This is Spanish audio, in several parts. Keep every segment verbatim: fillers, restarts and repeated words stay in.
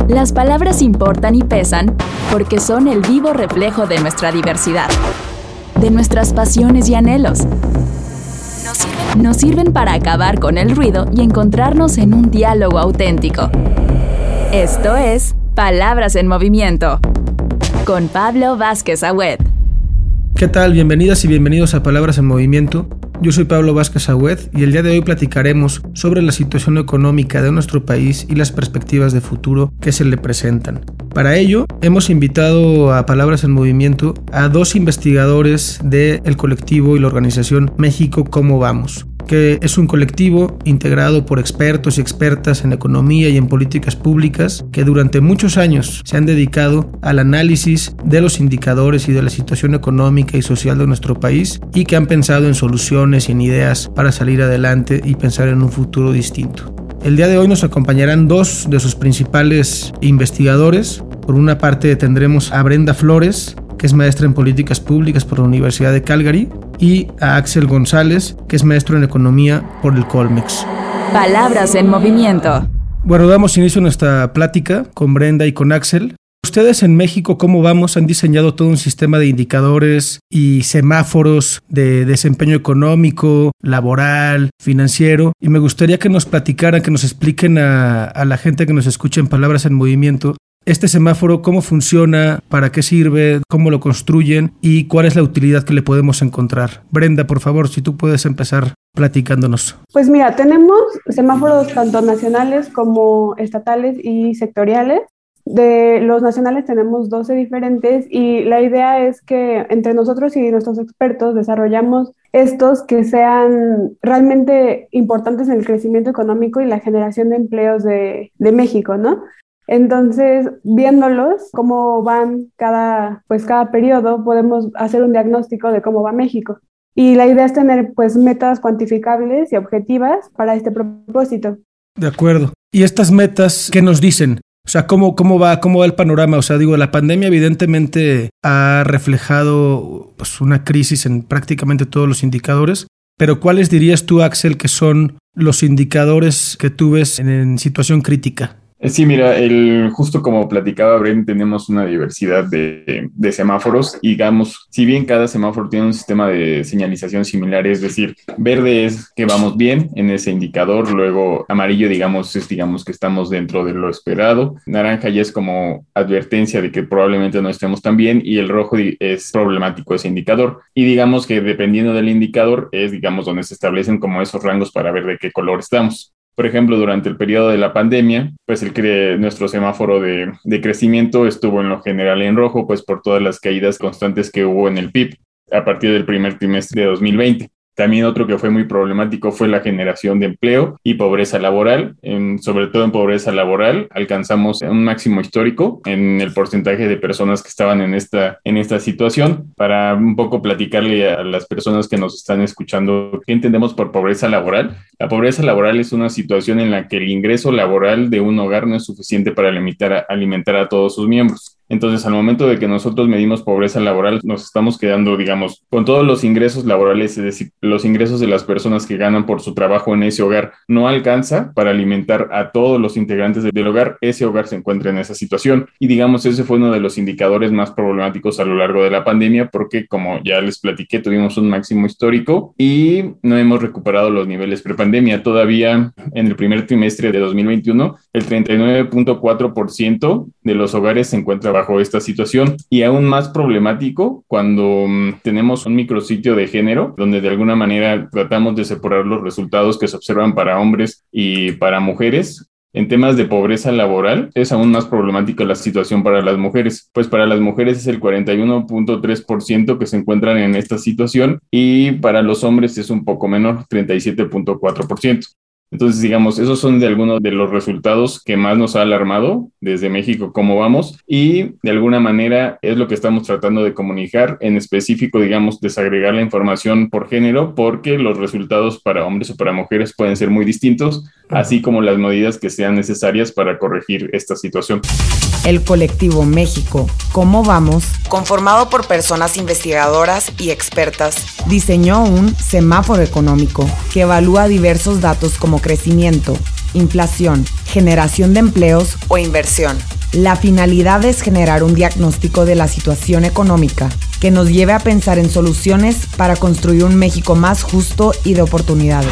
Las palabras importan y pesan porque son el vivo reflejo de nuestra diversidad, de nuestras pasiones y anhelos. Nos sirven, nos sirven para acabar con el ruido y encontrarnos en un diálogo auténtico. Esto es Palabras en Movimiento, con Pablo Vázquez Agüed. ¿Qué tal? Bienvenidas y bienvenidos a Palabras en Movimiento. Yo soy Pablo Vázquez Agüed y el día de hoy platicaremos sobre la situación económica de nuestro país y las perspectivas de futuro que se le presentan. Para ello, hemos invitado a Palabras en Movimiento a dos investigadores del colectivo y la organización México ¿Cómo vamos?, que es un colectivo integrado por expertos y expertas en economía y en políticas públicas que durante muchos años se han dedicado al análisis de los indicadores y de la situación económica y social de nuestro país y que han pensado en soluciones y en ideas para salir adelante y pensar en un futuro distinto. El día de hoy nos acompañarán dos de sus principales investigadores. Por una parte tendremos a Brenda Flores, que es maestra en políticas públicas por la Universidad de Calgary, y a Axel González, que es maestro en economía por el Colmex. Palabras en Movimiento. Bueno, damos inicio a nuestra plática con Brenda y con Axel. Ustedes en México ¿Cómo vamos? Han diseñado todo un sistema de indicadores y semáforos de desempeño económico, laboral, financiero, y me gustaría que nos platicaran, que nos expliquen a, a la gente que nos escucha en Palabras en Movimiento este semáforo, cómo funciona, para qué sirve, cómo lo construyen y cuál es la utilidad que le podemos encontrar. Brenda, por favor, si tú puedes empezar platicándonos. Pues mira, tenemos semáforos tanto nacionales como estatales y sectoriales. De los nacionales tenemos doce diferentes y la idea es que entre nosotros y nuestros expertos desarrollamos estos que sean realmente importantes en el crecimiento económico y la generación de empleos de, de México, ¿no? Entonces, viéndolos, cómo van cada, pues, cada periodo, podemos hacer un diagnóstico de cómo va México. Y la idea es tener pues, metas cuantificables y objetivas para este propósito. De acuerdo. ¿Y estas metas qué nos dicen? O sea, ¿cómo, cómo va, cómo va el panorama? O sea, digo, la pandemia evidentemente ha reflejado pues, una crisis en prácticamente todos los indicadores, pero ¿cuáles dirías tú, Axel, que son los indicadores que tú ves en, en situación crítica? Sí, mira, el, justo como platicaba Bren, tenemos una diversidad de, de semáforos y digamos, si bien cada semáforo tiene un sistema de señalización similar, es decir, verde es que vamos bien en ese indicador, luego amarillo, digamos, es digamos que estamos dentro de lo esperado, naranja ya es como advertencia de que probablemente no estemos tan bien y el rojo es problemático ese indicador y digamos que dependiendo del indicador es digamos donde se establecen como esos rangos para ver de qué color estamos. Por ejemplo, durante el periodo de la pandemia, pues el cre- nuestro semáforo de, de crecimiento estuvo en lo general en rojo, pues por todas las caídas constantes que hubo en el P I B a partir del primer trimestre de dos mil veinte. También otro que fue muy problemático fue la generación de empleo y pobreza laboral. En, sobre todo en pobreza laboral, alcanzamos un máximo histórico en el porcentaje de personas que estaban en esta, en esta situación. Para un poco platicarle a las personas que nos están escuchando, ¿qué entendemos por pobreza laboral? La pobreza laboral es una situación en la que el ingreso laboral de un hogar no es suficiente para alimentar a, alimentar a todos sus miembros. Entonces, al momento de que nosotros medimos pobreza laboral, nos estamos quedando, digamos, con todos los ingresos laborales, es decir, los ingresos de las personas que ganan por su trabajo en ese hogar no alcanza para alimentar a todos los integrantes del hogar, ese hogar se encuentra en esa situación. Y digamos, ese fue uno de los indicadores más problemáticos a lo largo de la pandemia, porque como ya les platiqué, tuvimos un máximo histórico y no hemos recuperado los niveles prepandemia. Todavía en el primer trimestre de dos mil veintiuno, el treinta y nueve punto cuatro por ciento de los hogares se encuentra bajo esta situación y aún más problemático cuando um, tenemos un micrositio de género donde de alguna manera tratamos de separar los resultados que se observan para hombres y para mujeres. En temas de pobreza laboral es aún más problemática la situación para las mujeres, pues para las mujeres es el cuarenta y uno punto tres por ciento que se encuentran en esta situación y para los hombres es un poco menor, treinta y siete punto cuatro por ciento. Entonces, digamos, esos son de algunos de los resultados que más nos ha alarmado desde México ¿Cómo vamos? Y de alguna manera es lo que estamos tratando de comunicar, en específico, digamos, desagregar la información por género, porque los resultados para hombres o para mujeres pueden ser muy distintos, así como las medidas que sean necesarias para corregir esta situación. El colectivo México ¿Cómo vamos?, conformado por personas investigadoras y expertas, diseñó un semáforo económico que evalúa diversos datos como crecimiento, inflación, generación de empleos o inversión. La finalidad es generar un diagnóstico de la situación económica que nos lleve a pensar en soluciones para construir un México más justo y de oportunidades.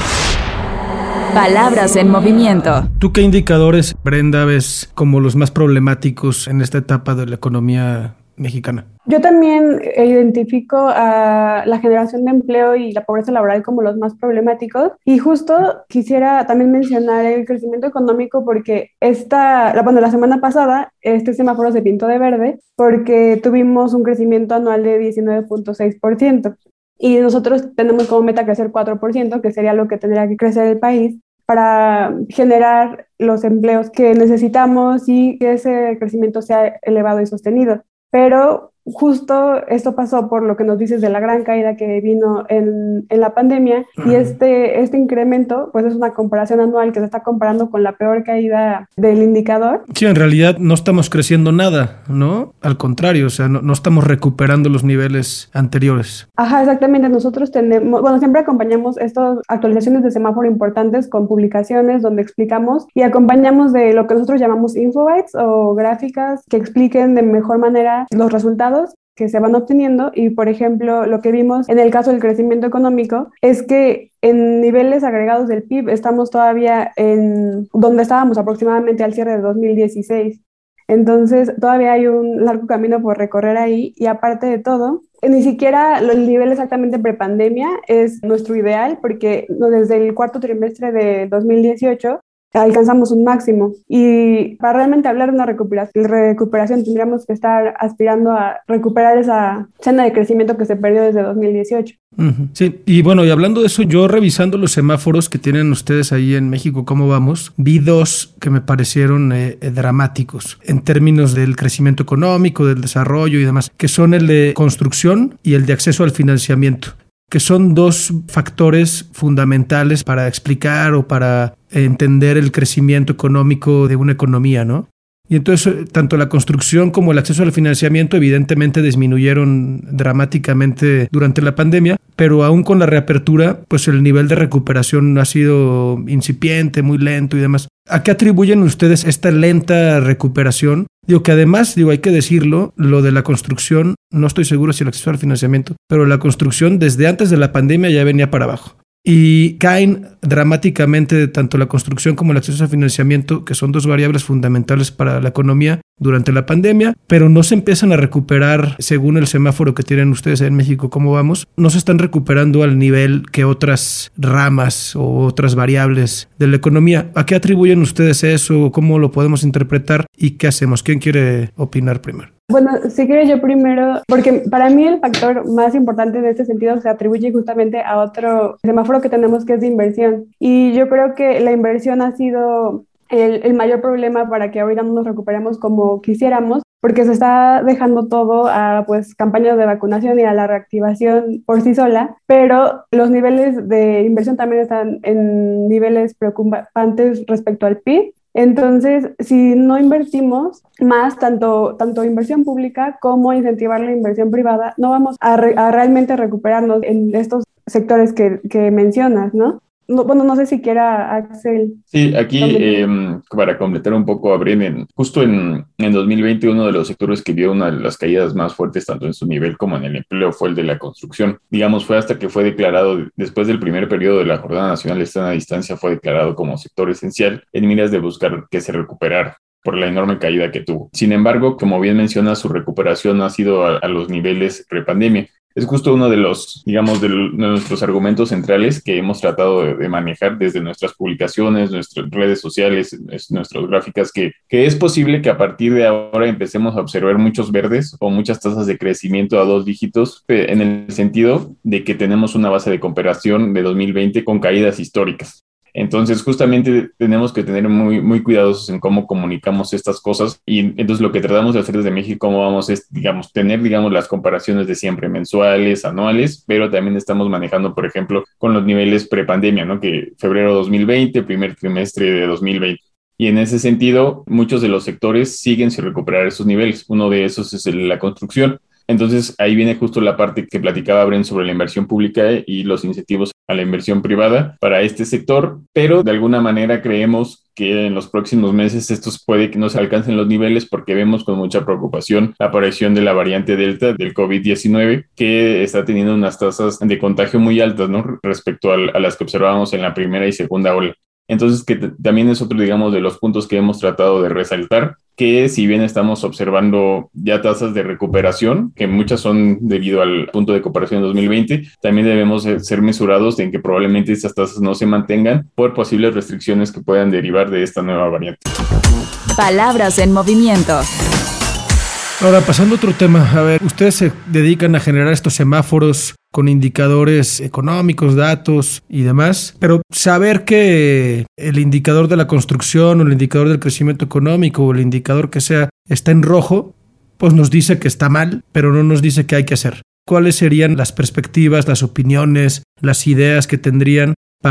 Palabras en movimiento. ¿Tú qué indicadores, Brenda, ves como los más problemáticos en esta etapa de la economía mexicana? Yo también identifico a la generación de empleo y la pobreza laboral como los más problemáticos, y justo quisiera también mencionar el crecimiento económico porque esta, la, bueno, la semana pasada este semáforo se pintó de verde porque tuvimos un crecimiento anual de diecinueve punto seis por ciento y nosotros tenemos como meta crecer cuatro por ciento, que sería lo que tendría que crecer el país para generar los empleos que necesitamos y que ese crecimiento sea elevado y sostenido. Pero justo esto pasó por lo que nos dices de la gran caída que vino en, en la pandemia, y este, este incremento pues es una comparación anual que se está comparando con la peor caída del indicador. Sí, en realidad no estamos creciendo nada, ¿no? Al contrario, o sea, no, no estamos recuperando los niveles anteriores. Ajá, exactamente. Nosotros tenemos, bueno, siempre acompañamos estas actualizaciones de semáforo importantes con publicaciones donde explicamos y acompañamos de lo que nosotros llamamos infobytes o gráficas que expliquen de mejor manera los resultados que se van obteniendo. Y por ejemplo, lo que vimos en el caso del crecimiento económico es que en niveles agregados del P I B estamos todavía en donde estábamos aproximadamente al cierre de dos mil dieciséis. Entonces todavía hay un largo camino por recorrer ahí, y aparte de todo, ni siquiera el nivel exactamente prepandemia es nuestro ideal, porque desde el cuarto trimestre de dos mil dieciocho alcanzamos un máximo, y para realmente hablar de una recuperación, recuperación tendríamos que estar aspirando a recuperar esa senda de crecimiento que se perdió desde dos mil dieciocho. Uh-huh. Sí, y bueno, y hablando de eso, yo revisando los semáforos que tienen ustedes ahí en México, ¿cómo vamos? Vi dos que me parecieron eh, eh, dramáticos en términos del crecimiento económico, del desarrollo y demás, que son el de construcción y el de acceso al financiamiento, que son dos factores fundamentales para explicar o para entender el crecimiento económico de una economía, ¿no? Y entonces, tanto la construcción como el acceso al financiamiento evidentemente disminuyeron dramáticamente durante la pandemia, pero aún con la reapertura, pues el nivel de recuperación ha sido incipiente, muy lento y demás. ¿A qué atribuyen ustedes esta lenta recuperación? Digo que además, digo, hay que decirlo, lo de la construcción, no estoy seguro si el acceso al financiamiento, pero la construcción desde antes de la pandemia ya venía para abajo. Y caen dramáticamente tanto la construcción como el acceso al financiamiento, que son dos variables fundamentales para la economía durante la pandemia, pero no se empiezan a recuperar según el semáforo que tienen ustedes en México. ¿Cómo vamos? No se están recuperando al nivel que otras ramas o otras variables de la economía. ¿A qué atribuyen ustedes eso? ¿Cómo lo podemos interpretar? ¿Y qué hacemos? ¿Quién quiere opinar primero? Bueno, si quiero yo primero, porque para mí el factor más importante en este sentido se atribuye justamente a otro semáforo que tenemos, que es de inversión. Y yo creo que la inversión ha sido el, el mayor problema para que ahorita no nos recuperemos como quisiéramos, porque se está dejando todo a pues campañas de vacunación y a la reactivación por sí sola, pero los niveles de inversión también están en niveles preocupantes respecto al P I B. Entonces, si no invertimos más, tanto, tanto inversión pública como incentivar la inversión privada, no vamos a, re, a realmente recuperarnos en estos sectores que, que mencionas, ¿no? No, bueno, no sé si quiera Axel. Sí, aquí eh, para completar un poco a Bren, justo en, en dos mil veinte uno de los sectores que vio una de las caídas más fuertes tanto en su nivel como en el empleo fue el de la construcción. Digamos, fue hasta que fue declarado, después del primer periodo de la Jornada Nacional de Sana Distancia, fue declarado como sector esencial en miras de buscar que se recuperara por la enorme caída que tuvo. Sin embargo, como bien menciona, su recuperación ha sido a, a los niveles prepandemia. Es justo uno de los, digamos, de, de nuestros argumentos centrales que hemos tratado de, de manejar desde nuestras publicaciones, nuestras redes sociales, nuestras gráficas, que, que es posible que a partir de ahora empecemos a observar muchos verdes o muchas tasas de crecimiento a dos dígitos, en el sentido de que tenemos una base de comparación de dos mil veinte con caídas históricas. Entonces, justamente tenemos que tener muy, muy cuidadosos en cómo comunicamos estas cosas, y entonces lo que tratamos de hacer desde México, cómo vamos es, digamos, tener, digamos, las comparaciones de siempre, mensuales, anuales, pero también estamos manejando, por ejemplo, con los niveles prepandemia, ¿no? Que febrero dos mil veinte, primer trimestre de dos mil veinte. Y en ese sentido, muchos de los sectores siguen sin recuperar esos niveles. Uno de esos es el, la construcción. Entonces ahí viene justo la parte que platicaba Bren sobre la inversión pública y los incentivos a la inversión privada para este sector, pero de alguna manera creemos que en los próximos meses estos puede que no se alcancen los niveles porque vemos con mucha preocupación la aparición de la variante Delta del COVID diecinueve, que está teniendo unas tasas de contagio muy altas, ¿no?, respecto a, a las que observábamos en la primera y segunda ola. Entonces, que t- también es otro, digamos, de los puntos que hemos tratado de resaltar, que si bien estamos observando ya tasas de recuperación, que muchas son debido al punto de comparación de dos mil veinte, también debemos ser mesurados en que probablemente estas tasas no se mantengan por posibles restricciones que puedan derivar de esta nueva variante. Palabras en movimiento. Ahora, pasando a otro tema, a ver, ustedes se dedican a generar estos semáforos con indicadores económicos, datos y demás, pero saber que el indicador de la construcción o el indicador del crecimiento económico o el indicador que sea está en rojo, pues nos dice que está mal, pero no nos dice qué hay que hacer. ¿Cuáles serían las perspectivas, las opiniones, las ideas que tendrían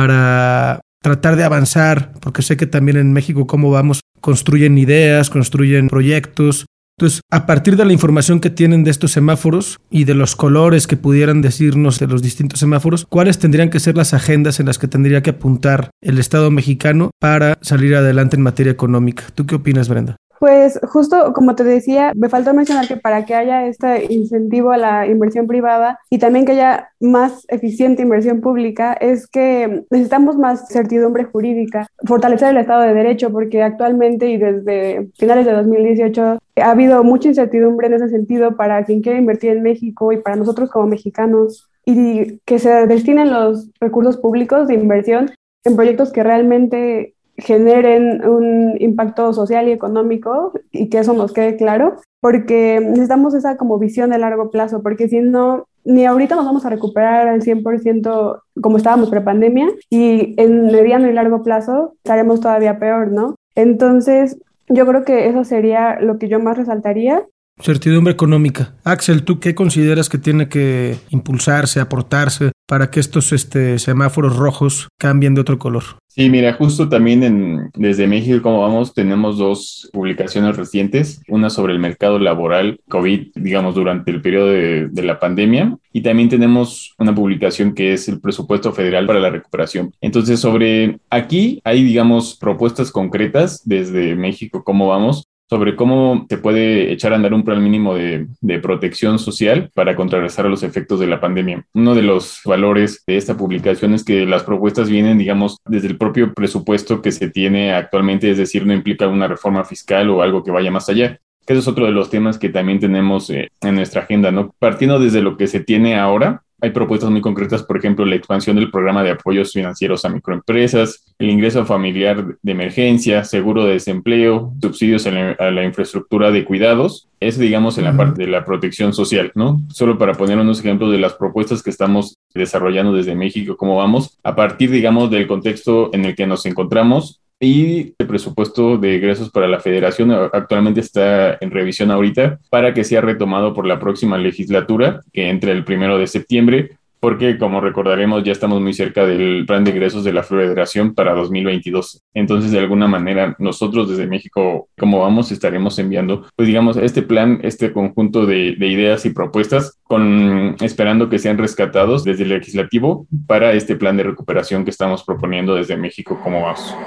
para tratar de avanzar? Porque sé que también en México, ¿cómo vamos? Construyen ideas, construyen proyectos. Entonces, a partir de la información que tienen de estos semáforos y de los colores que pudieran decirnos de los distintos semáforos, ¿cuáles tendrían que ser las agendas en las que tendría que apuntar el Estado mexicano para salir adelante en materia económica? ¿Tú qué opinas, Brenda? Pues justo como te decía, me faltó mencionar que para que haya este incentivo a la inversión privada y también que haya más eficiente inversión pública, es que necesitamos más certidumbre jurídica, fortalecer el Estado de Derecho, porque actualmente y desde finales de dos mil dieciocho ha habido mucha incertidumbre en ese sentido para quien quiere invertir en México y para nosotros como mexicanos, y que se destinen los recursos públicos de inversión en proyectos que realmente generen un impacto social y económico, y que eso nos quede claro, porque necesitamos esa como visión de largo plazo, porque si no, ni ahorita nos vamos a recuperar al cien por ciento como estábamos prepandemia, y en mediano y largo plazo estaremos todavía peor, ¿no? Entonces, yo creo que eso sería lo que yo más resaltaría. Certidumbre económica. Axel, ¿tú qué consideras que tiene que impulsarse, aportarse para que estos este, semáforos rojos cambien de otro color? Sí, mira, justo también en, desde México, como vamos, tenemos dos publicaciones recientes, una sobre el mercado laboral COVID, digamos, durante el periodo de, de la pandemia, y también tenemos una publicación que es el presupuesto federal para la recuperación. Entonces, sobre aquí hay, digamos, propuestas concretas desde México, cómo vamos, sobre cómo se puede echar a andar un plan mínimo de, de protección social para contrarrestar los efectos de la pandemia. Uno de los valores de esta publicación es que las propuestas vienen, digamos, desde el propio presupuesto que se tiene actualmente, es decir, no implica una reforma fiscal o algo que vaya más allá. Que eso es otro de los temas que también tenemos eh, en nuestra agenda, ¿no? Partiendo desde lo que se tiene ahora, hay propuestas muy concretas, por ejemplo, la expansión del programa de apoyos financieros a microempresas, el ingreso familiar de emergencia, seguro de desempleo, subsidios a la, a la infraestructura de cuidados. Es, digamos, en la parte de la protección social, ¿no? Solo para poner unos ejemplos de las propuestas que estamos desarrollando desde México, cómo vamos, a partir, digamos, del contexto en el que nos encontramos. Y el presupuesto de egresos para la federación actualmente está en revisión ahorita para que sea retomado por la próxima legislatura, que entre el primero de septiembre, porque como recordaremos ya estamos muy cerca del plan de egresos de la federación para dos mil veintidós. Entonces, de alguna manera, nosotros desde México, como vamos, estaremos enviando, pues digamos, este plan, este conjunto de, de ideas y propuestas, con esperando que sean rescatados desde el legislativo para este plan de recuperación que estamos proponiendo desde México, como vamos.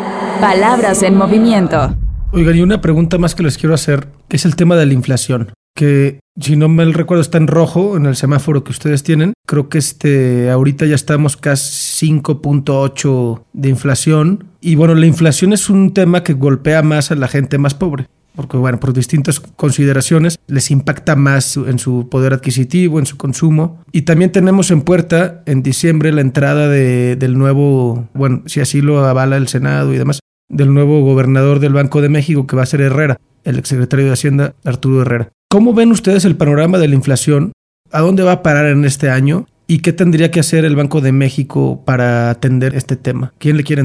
Palabras en movimiento. Oigan, y una pregunta más que les quiero hacer, que es el tema de la inflación, que si no me recuerdo está en rojo en el semáforo que ustedes tienen. Creo que este ahorita ya estamos casi cinco punto ocho de inflación, y bueno, la inflación es un tema que golpea más a la gente más pobre, porque bueno, por distintas consideraciones les impacta más en su poder adquisitivo, en su consumo. Y también tenemos en puerta en diciembre la entrada de, del nuevo, bueno, si así lo avala el Senado y demás, del nuevo gobernador del Banco de México, que va a ser Herrera, el exsecretario de Hacienda, Arturo Herrera. ¿Cómo ven ustedes el panorama de la inflación? ¿A dónde va a parar en este año? ¿Y qué tendría que hacer el Banco de México para atender este tema? ¿Quién le quiere entrar?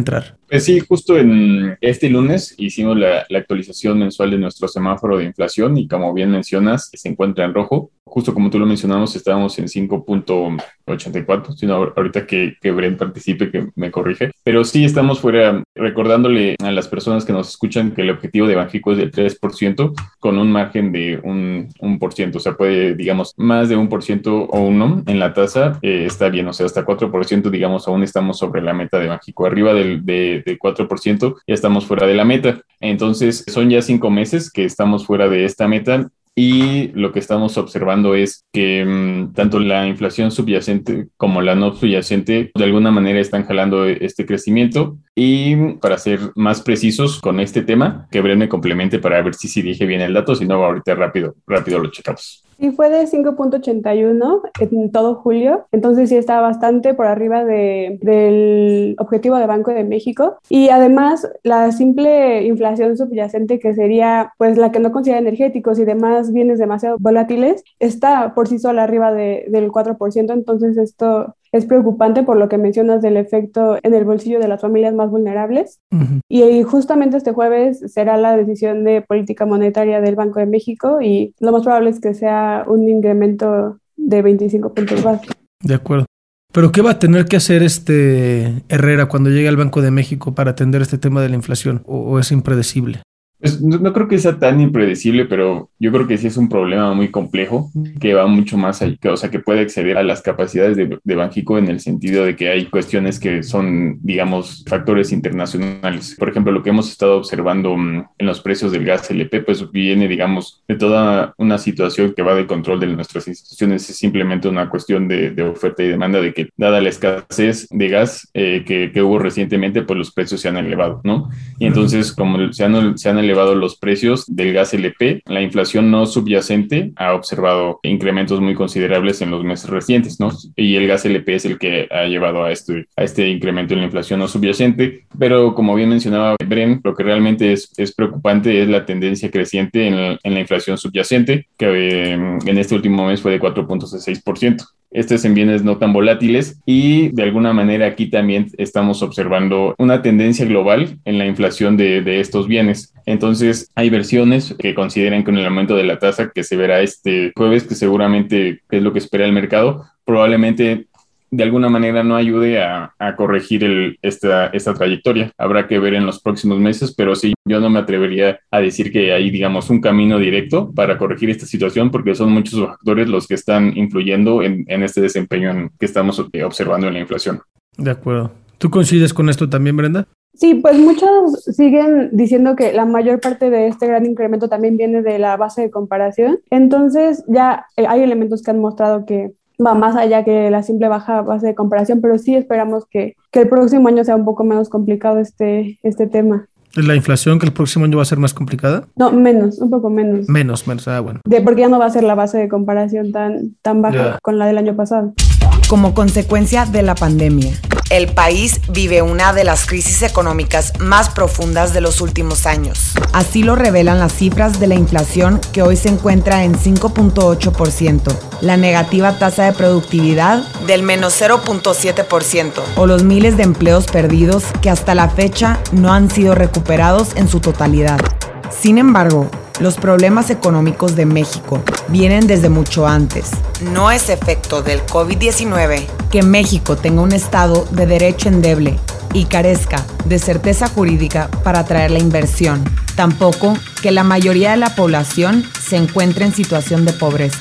Pues sí, justo en este lunes hicimos la, la actualización mensual de nuestro semáforo de inflación y como bien mencionas, se encuentra en rojo. Justo como tú lo mencionamos, estábamos en cinco punto ochenta y cuatro, sino ahorita que, que Bren participe, que me corrige. Pero sí estamos fuera, recordándole a las personas que nos escuchan que el objetivo de Banxico es del tres por ciento con un margen de un, un por ciento. O sea, puede, digamos, más de un por ciento o uno en la tasa, eh, está bien. O sea, hasta cuatro por ciento, digamos, aún estamos sobre la meta de Banxico. Arriba del, de, del cuatro por ciento ya estamos fuera de la meta. Entonces, son ya cinco meses que estamos fuera de esta meta. Y lo que estamos observando es que um, tanto la inflación subyacente como la no subyacente de alguna manera están jalando este crecimiento. Y para ser más precisos con este tema, que Bren me complemente para ver si sí dije bien el dato, si no, ahorita rápido, rápido lo checamos. Sí, fue de cinco punto ochenta y uno en todo julio, entonces sí está bastante por arriba de, del objetivo de Banco de México. Y además, la simple inflación subyacente, que sería pues la que no considera energéticos y demás bienes demasiado volátiles, está por sí sola arriba de, del cuatro por ciento, entonces esto es preocupante por lo que mencionas del efecto en el bolsillo de las familias más vulnerables. Uh-huh. Y justamente este jueves será la decisión de política monetaria del Banco de México y lo más probable es que sea un incremento de veinticinco puntos básicos. De acuerdo. ¿Pero qué va a tener que hacer este Herrera cuando llegue al Banco de México para atender este tema de la inflación? ¿O, o es impredecible? Pues no, no creo que sea tan impredecible, pero yo creo que sí es un problema muy complejo que va mucho más allá, que, o sea, que puede exceder a las capacidades de, de Banxico en el sentido de que hay cuestiones que son, digamos, factores internacionales. Por ejemplo, lo que hemos estado observando en los precios del gas L P, pues viene, digamos, de toda una situación que va de control de nuestras instituciones. Es simplemente una cuestión de, de oferta y demanda, de que dada la escasez de gas eh, que, que hubo recientemente, pues los precios se han elevado, ¿no? Y entonces, como se han, se han elevado los precios del gas L P, la inflación no subyacente ha observado incrementos muy considerables en los meses recientes, ¿no? Y el gas L P es el que ha llevado a este, a este incremento en la inflación no subyacente, pero como bien mencionaba Bren, lo que realmente es, es preocupante es la tendencia creciente en la, en la inflación subyacente, que eh, en este último mes fue de cuatro punto seis por ciento. Este es en bienes no tan volátiles y de alguna manera aquí también estamos observando una tendencia global en la inflación de, de estos bienes. Entonces hay versiones que consideran que con el aumento de la tasa que se verá este jueves, que seguramente es lo que espera el mercado, probablemente de alguna manera no ayude a, a corregir el, esta, esta trayectoria. Habrá que ver en los próximos meses, pero sí, yo no me atrevería a decir que hay, digamos, un camino directo para corregir esta situación, porque son muchos factores los que están influyendo en, en este desempeño en, que estamos observando en la inflación. De acuerdo. ¿Tú coincides con esto también, Brenda? Sí, pues muchos siguen diciendo que la mayor parte de este gran incremento también viene de la base de comparación. Entonces ya hay elementos que han mostrado que va más allá que la simple baja base de comparación, pero sí esperamos que, que el próximo año sea un poco menos complicado este, este tema. ¿La inflación que el próximo año va a ser más complicada? No, menos, un poco menos. Menos, menos, ah, bueno. De, porque ya no va a ser la base de comparación tan, tan baja yeah. con la del año pasado. Como consecuencia de la pandemia, el país vive una de las crisis económicas más profundas de los últimos años. Así lo revelan las cifras de la inflación, que hoy se encuentra en cinco punto ocho por ciento, la negativa tasa de productividad del menos cero punto siete por ciento o los miles de empleos perdidos que hasta la fecha no han sido recuperados en su totalidad. Sin embargo, los problemas económicos de México vienen desde mucho antes. No es efecto del covid diecinueve que México tenga un Estado de derecho endeble y carezca de certeza jurídica para atraer la inversión. Tampoco que la mayoría de la población se encuentre en situación de pobreza.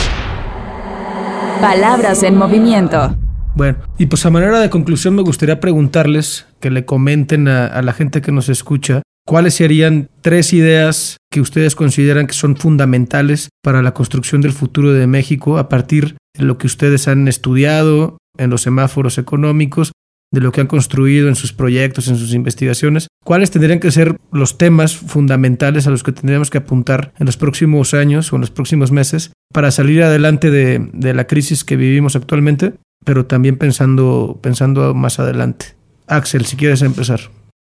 Palabras en movimiento. Bueno, y pues a manera de conclusión me gustaría preguntarles, que le comenten a, a la gente que nos escucha, ¿cuáles serían tres ideas que ustedes consideran que son fundamentales para la construcción del futuro de México a partir de lo que ustedes han estudiado en los semáforos económicos, de lo que han construido en sus proyectos, en sus investigaciones? ¿Cuáles tendrían que ser los temas fundamentales a los que tendríamos que apuntar en los próximos años o en los próximos meses para salir adelante de, de la crisis que vivimos actualmente, pero también pensando, pensando más adelante? Axel, si quieres empezar.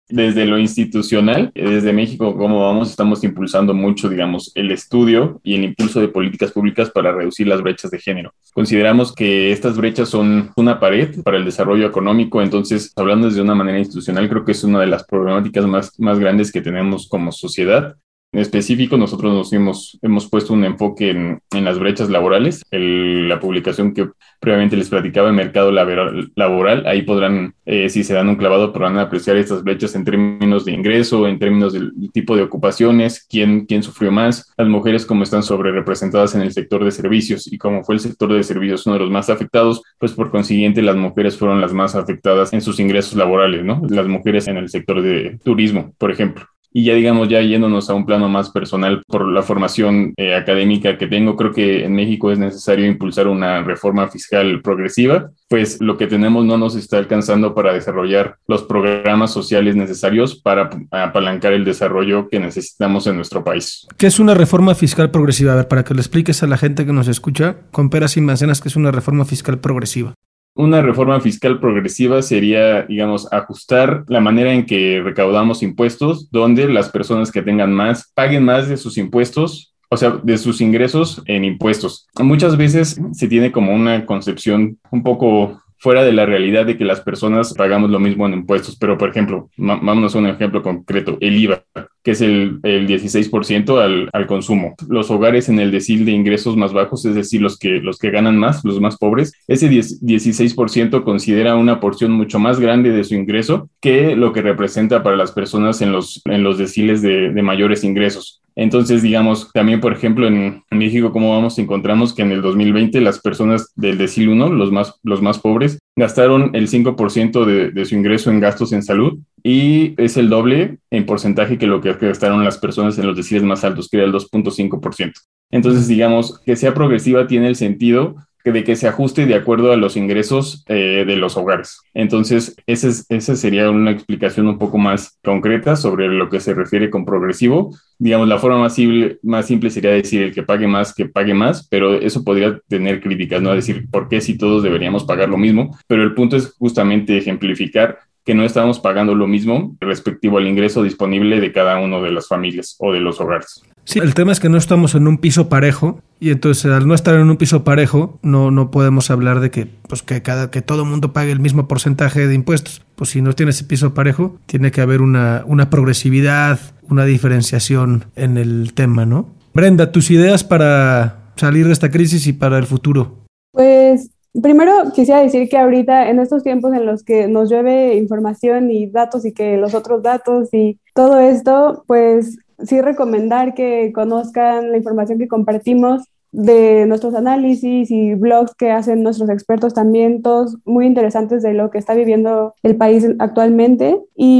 Desde lo institucional, desde México, como vamos, estamos impulsando mucho, digamos, el estudio y el impulso de políticas públicas para reducir las brechas de género. Consideramos que estas brechas son una pared para el desarrollo económico, entonces, hablando desde una manera institucional, creo que es una de las problemáticas más, más grandes que tenemos como sociedad. En específico, nosotros nos hemos, hemos puesto un enfoque en, en las brechas laborales. El, la publicación que previamente les platicaba, el mercado laboral, laboral ahí podrán, eh, si se dan un clavado, podrán apreciar estas brechas en términos de ingreso, en términos del tipo de ocupaciones, quién, quién sufrió más, las mujeres como están sobre representadas en el sector de servicios, y como fue el sector de servicios uno de los más afectados, pues por consiguiente las mujeres fueron las más afectadas en sus ingresos laborales, ¿no? Las mujeres en el sector de turismo, por ejemplo. Y ya digamos, ya yéndonos a un plano más personal, por la formación eh, académica que tengo, creo que en México es necesario impulsar una reforma fiscal progresiva, pues lo que tenemos no nos está alcanzando para desarrollar los programas sociales necesarios para apalancar el desarrollo que necesitamos en nuestro país. ¿Qué es una reforma fiscal progresiva? A ver, para que le expliques a la gente que nos escucha, con peras y manzanas, ¿qué es una reforma fiscal progresiva? Una reforma fiscal progresiva sería, digamos, ajustar la manera en que recaudamos impuestos, donde las personas que tengan más paguen más de sus impuestos, o sea, de sus ingresos en impuestos. Muchas veces se tiene como una concepción un poco fuera de la realidad de que las personas pagamos lo mismo en impuestos, pero por ejemplo, ma- vámonos a un ejemplo concreto, el I V A, que es el, el dieciséis por ciento al, al consumo. Los hogares en el decil de ingresos más bajos, es decir, los que, los que ganan más, los más pobres, ese dieciséis por ciento considera una porción mucho más grande de su ingreso que lo que representa para las personas en los, en los deciles de, de mayores ingresos. Entonces, digamos, también, por ejemplo, en México, como vamos, encontramos que en el dos mil veinte las personas del decil uno, los más, los más pobres, gastaron el cinco por ciento de, de su ingreso en gastos en salud, y es el doble en porcentaje que lo que gastaron las personas en los deciles más altos, que era el dos punto cinco por ciento. Entonces, digamos, que sea progresiva tiene el sentido de que se ajuste de acuerdo a los ingresos eh, de los hogares. Entonces, esa es, esa sería una explicación un poco más concreta sobre lo que se refiere con progresivo. Digamos, la forma más simple, más simple sería decir el que pague más, que pague más, pero eso podría tener críticas, ¿no? Decir, ¿por qué si todos deberíamos pagar lo mismo? Pero el punto es justamente ejemplificar que no estamos pagando lo mismo respectivo al ingreso disponible de cada uno de las familias o de los hogares. Sí, el tema es que no estamos en un piso parejo, y entonces al no estar en un piso parejo no, no podemos hablar de que, pues, que, cada, que todo mundo pague el mismo porcentaje de impuestos. Pues si no tiene ese piso parejo, tiene que haber una, una progresividad, una diferenciación en el tema, ¿no? Brenda, tus ideas para salir de esta crisis y para el futuro. Pues primero quisiera decir que ahorita, en estos tiempos en los que nos llueve información y datos y que los otros datos y todo esto, pues sí recomendar que conozcan la información que compartimos de nuestros análisis y blogs que hacen nuestros expertos también, todos muy interesantes de lo que está viviendo el país actualmente.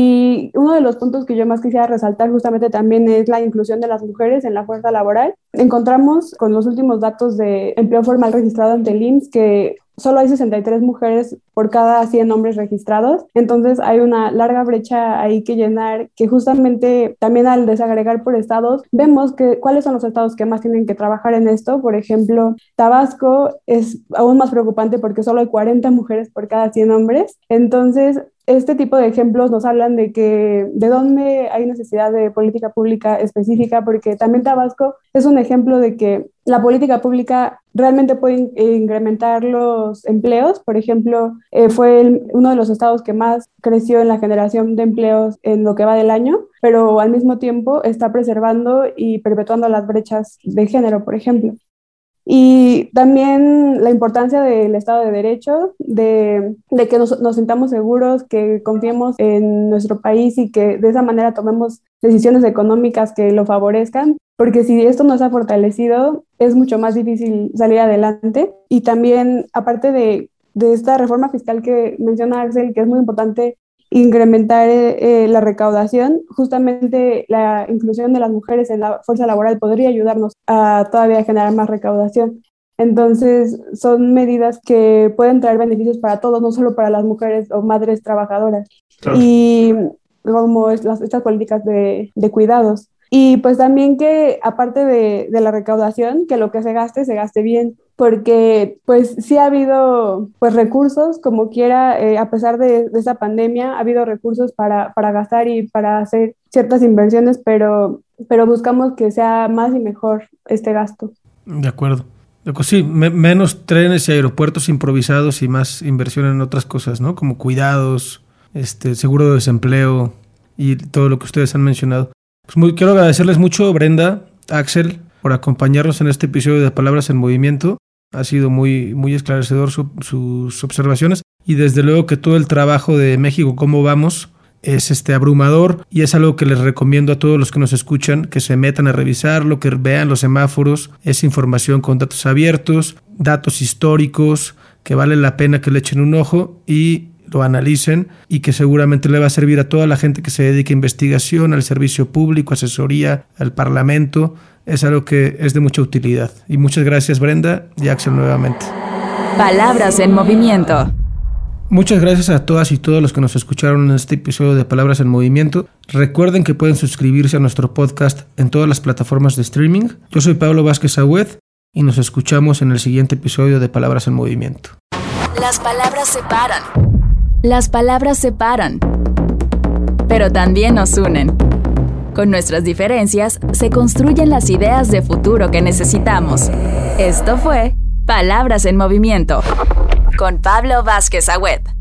Y uno de los puntos que yo más quisiera resaltar justamente también es la inclusión de las mujeres en la fuerza laboral. Encontramos con los últimos datos de empleo formal registrado ante el I M S S que solo hay sesenta y tres mujeres por cada cien hombres registrados. Entonces hay una larga brecha ahí que llenar, que justamente también al desagregar por estados, vemos que cuáles son los estados que más tienen que trabajar en esto. Por ejemplo, Tabasco es aún más preocupante porque solo hay cuarenta mujeres por cada cien hombres. Entonces, este tipo de ejemplos nos hablan de que de dónde hay necesidad de política pública específica, porque también Tabasco es un ejemplo de que la política pública realmente puede incrementar los empleos. Por ejemplo, eh, fue el, uno de los estados que más creció en la generación de empleos en lo que va del año, pero al mismo tiempo está preservando y perpetuando las brechas de género, por ejemplo. Y también la importancia del Estado de Derecho, de, de que nos, nos sintamos seguros, que confiemos en nuestro país y que de esa manera tomemos decisiones económicas que lo favorezcan, porque si esto no se ha fortalecido, es mucho más difícil salir adelante. Y también, aparte de, de esta reforma fiscal que menciona Axel, que es muy importante incrementar eh, la recaudación, justamente la inclusión de las mujeres en la fuerza laboral podría ayudarnos a todavía generar más recaudación. Entonces, son medidas que pueden traer beneficios para todos, no solo para las mujeres o madres trabajadoras. Claro. Y como es las, estas políticas de, de cuidados. Y pues también que, aparte de, de la recaudación, que lo que se gaste, se gaste bien, porque pues sí ha habido pues recursos, como quiera, eh, a pesar de, de esta pandemia, ha habido recursos para, para gastar y para hacer ciertas inversiones, pero, pero buscamos que sea más y mejor este gasto. De acuerdo. Sí, me, menos trenes y aeropuertos improvisados y más inversión en otras cosas, ¿no? Como cuidados, este, seguro de desempleo y todo lo que ustedes han mencionado. Pues muy, quiero agradecerles mucho, Brenda, Axel, por acompañarnos en este episodio de Palabras en Movimiento. Ha sido muy, muy esclarecedor su, sus observaciones y desde luego que todo el trabajo de México, cómo vamos, es este abrumador y es algo que les recomiendo a todos los que nos escuchan, que se metan a revisarlo, que vean los semáforos. Es información con datos abiertos, datos históricos, que vale la pena que le echen un ojo y lo analicen y que seguramente le va a servir a toda la gente que se dedica a investigación, al servicio público, asesoría, al parlamento. Es algo que es de mucha utilidad. Y muchas gracias, Brenda y Axel, nuevamente. Palabras en Movimiento. Muchas gracias a todas y todos los que nos escucharon en este episodio de Palabras en Movimiento. Recuerden que pueden suscribirse a nuestro podcast en todas las plataformas de streaming. Yo soy Pablo Vázquez Agüed y nos escuchamos en el siguiente episodio de Palabras en Movimiento. Las palabras separan. Las palabras separan, pero también nos unen. Con nuestras diferencias se construyen las ideas de futuro que necesitamos. Esto fue Palabras en Movimiento con Pablo Vázquez Agüed.